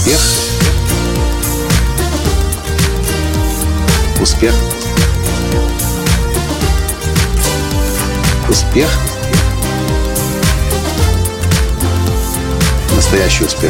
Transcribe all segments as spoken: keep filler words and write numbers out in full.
Успех. Успех. Успех. Настоящий успех.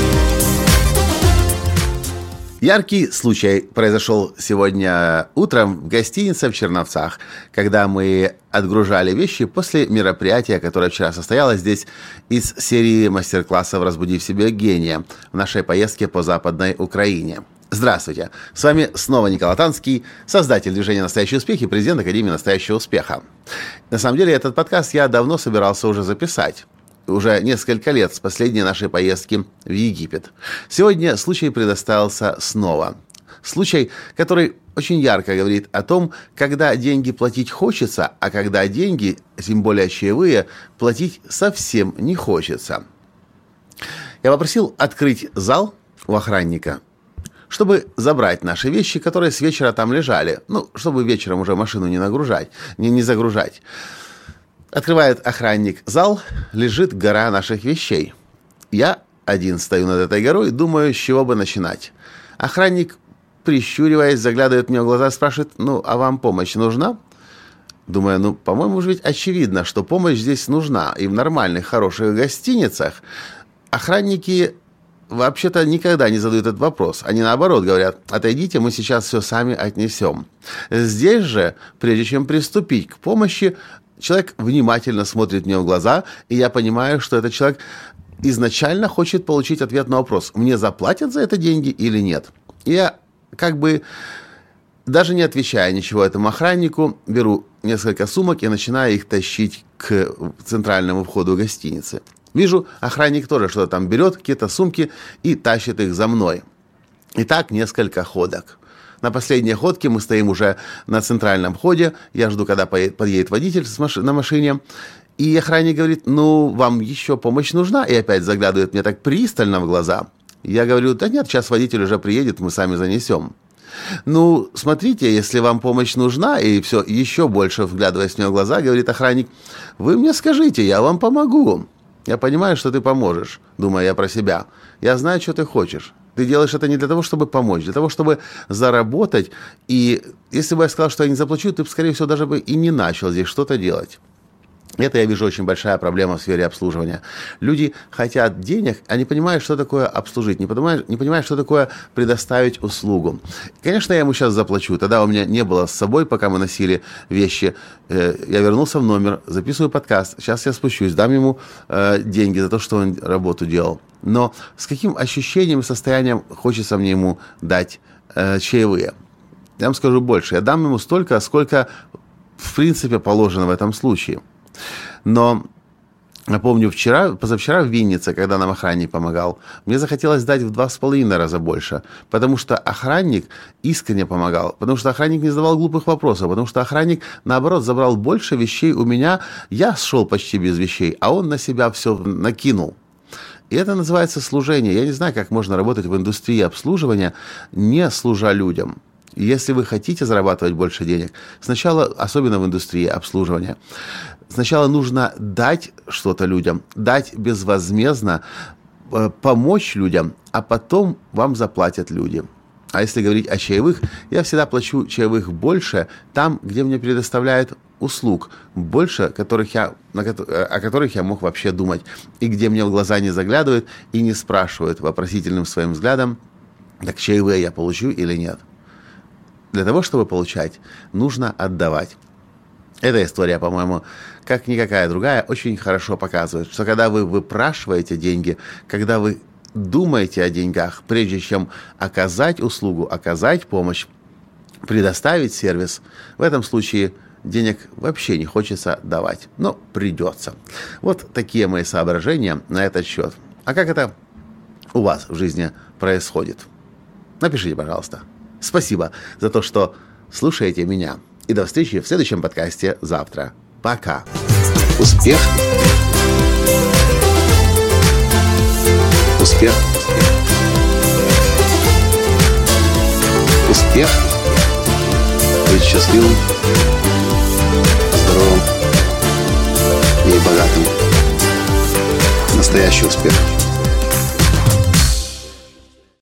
Яркий случай произошел сегодня утром в гостинице в Черновцах, когда мы отгружали вещи после мероприятия, которое вчера состоялось здесь из серии мастер-классов «Разбуди в себе гения» в нашей поездке по Западной Украине. Здравствуйте! С вами снова Николай Танский, создатель движения «Настоящий успех» и президент Академии «Настоящего успеха». На самом деле, этот подкаст я давно собирался уже записать. Уже несколько лет с последней нашей поездки в Египет. Сегодня случай предоставился снова. Случай, который очень ярко говорит о том, когда деньги платить хочется, а когда деньги, тем более чаевые, платить совсем не хочется. Я попросил открыть зал у охранника, чтобы забрать наши вещи, которые с вечера там лежали. Ну, чтобы вечером уже машину не нагружать, не, не загружать. Открывает охранник зал, лежит гора наших вещей. Я один стою над этой горой и думаю, с чего бы начинать. Охранник, прищуриваясь, заглядывает мне в глаза и спрашивает: ну, а вам помощь нужна? Думаю, ну, по-моему, уже ведь очевидно, что помощь здесь нужна. И в нормальных, хороших гостиницах охранники вообще-то никогда не задают этот вопрос. Они наоборот говорят: отойдите, мы сейчас все сами отнесем. Здесь же, прежде чем приступить к помощи, человек внимательно смотрит мне в глаза, и я понимаю, что этот человек изначально хочет получить ответ на вопрос: мне заплатят за это деньги или нет. И я как бы, даже не отвечая ничего этому охраннику, беру несколько сумок и начинаю их тащить к центральному входу гостиницы. Вижу, охранник тоже что-то там берет, какие-то сумки, и тащит их за мной. И так несколько ходок. На последней ходке мы стоим уже на центральном входе. Я жду, когда подъедет водитель на машине. И охранник говорит: ну, вам еще помощь нужна? И опять заглядывает мне так пристально в глаза. Я говорю: да нет, сейчас водитель уже приедет, мы сами занесем. Ну, смотрите, если вам помощь нужна, и все, еще больше вглядываясь мне в глаза, говорит охранник: вы мне скажите, я вам помогу. Я понимаю, что ты поможешь, думаю я про себя. Я знаю, что ты хочешь. Ты делаешь это не для того, чтобы помочь, для того, чтобы заработать. И если бы я сказал, что я не заплачу, ты бы, скорее всего, даже бы и не начал здесь что-то делать. Это, я вижу, очень большая проблема в сфере обслуживания. Люди хотят денег, а не понимают, что такое обслужить, не понимают, не понимают, что такое предоставить услугу. Конечно, я ему сейчас заплачу. Тогда у меня не было с собой, пока мы носили вещи. Я вернулся в номер, записываю подкаст. Сейчас я спущусь, дам ему деньги за то, что он работу делал. Но с каким ощущением и состоянием хочется мне ему дать чаевые? Я вам скажу больше. Я дам ему столько, сколько в принципе положено в этом случае. Но напомню, вчера, позавчера в Виннице, когда нам охранник помогал, мне захотелось дать в два с половиной раза больше, потому что охранник искренне помогал, потому что охранник не задавал глупых вопросов, потому что охранник, наоборот, забрал больше вещей у меня. Я шел почти без вещей, а он на себя все накинул. И это называется служение. Я не знаю, как можно работать в индустрии обслуживания, не служа людям. Если вы хотите зарабатывать больше денег, сначала, особенно в индустрии обслуживания, сначала нужно дать что-то людям, дать безвозмездно, помочь людям, а потом вам заплатят люди. А если говорить о чаевых, я всегда плачу чаевых больше там, где мне предоставляют услуг, больше, которых я, о которых я мог вообще думать, и где мне в глаза не заглядывают и не спрашивают вопросительным своим взглядом: так чаевые я получу или нет. Для того, чтобы получать, нужно отдавать. Эта история, по-моему, как никакая другая, очень хорошо показывает, что когда вы выпрашиваете деньги, когда вы думаете о деньгах, прежде чем оказать услугу, оказать помощь, предоставить сервис, в этом случае денег вообще не хочется давать, но придется. Вот такие мои соображения на этот счет. А как это у вас в жизни происходит? Напишите, пожалуйста. Спасибо за то, что слушаете меня. И до встречи в следующем подкасте завтра. Пока. Успех. Успех. Успех. Быть счастливым, здоровым и богатым. Настоящий успех.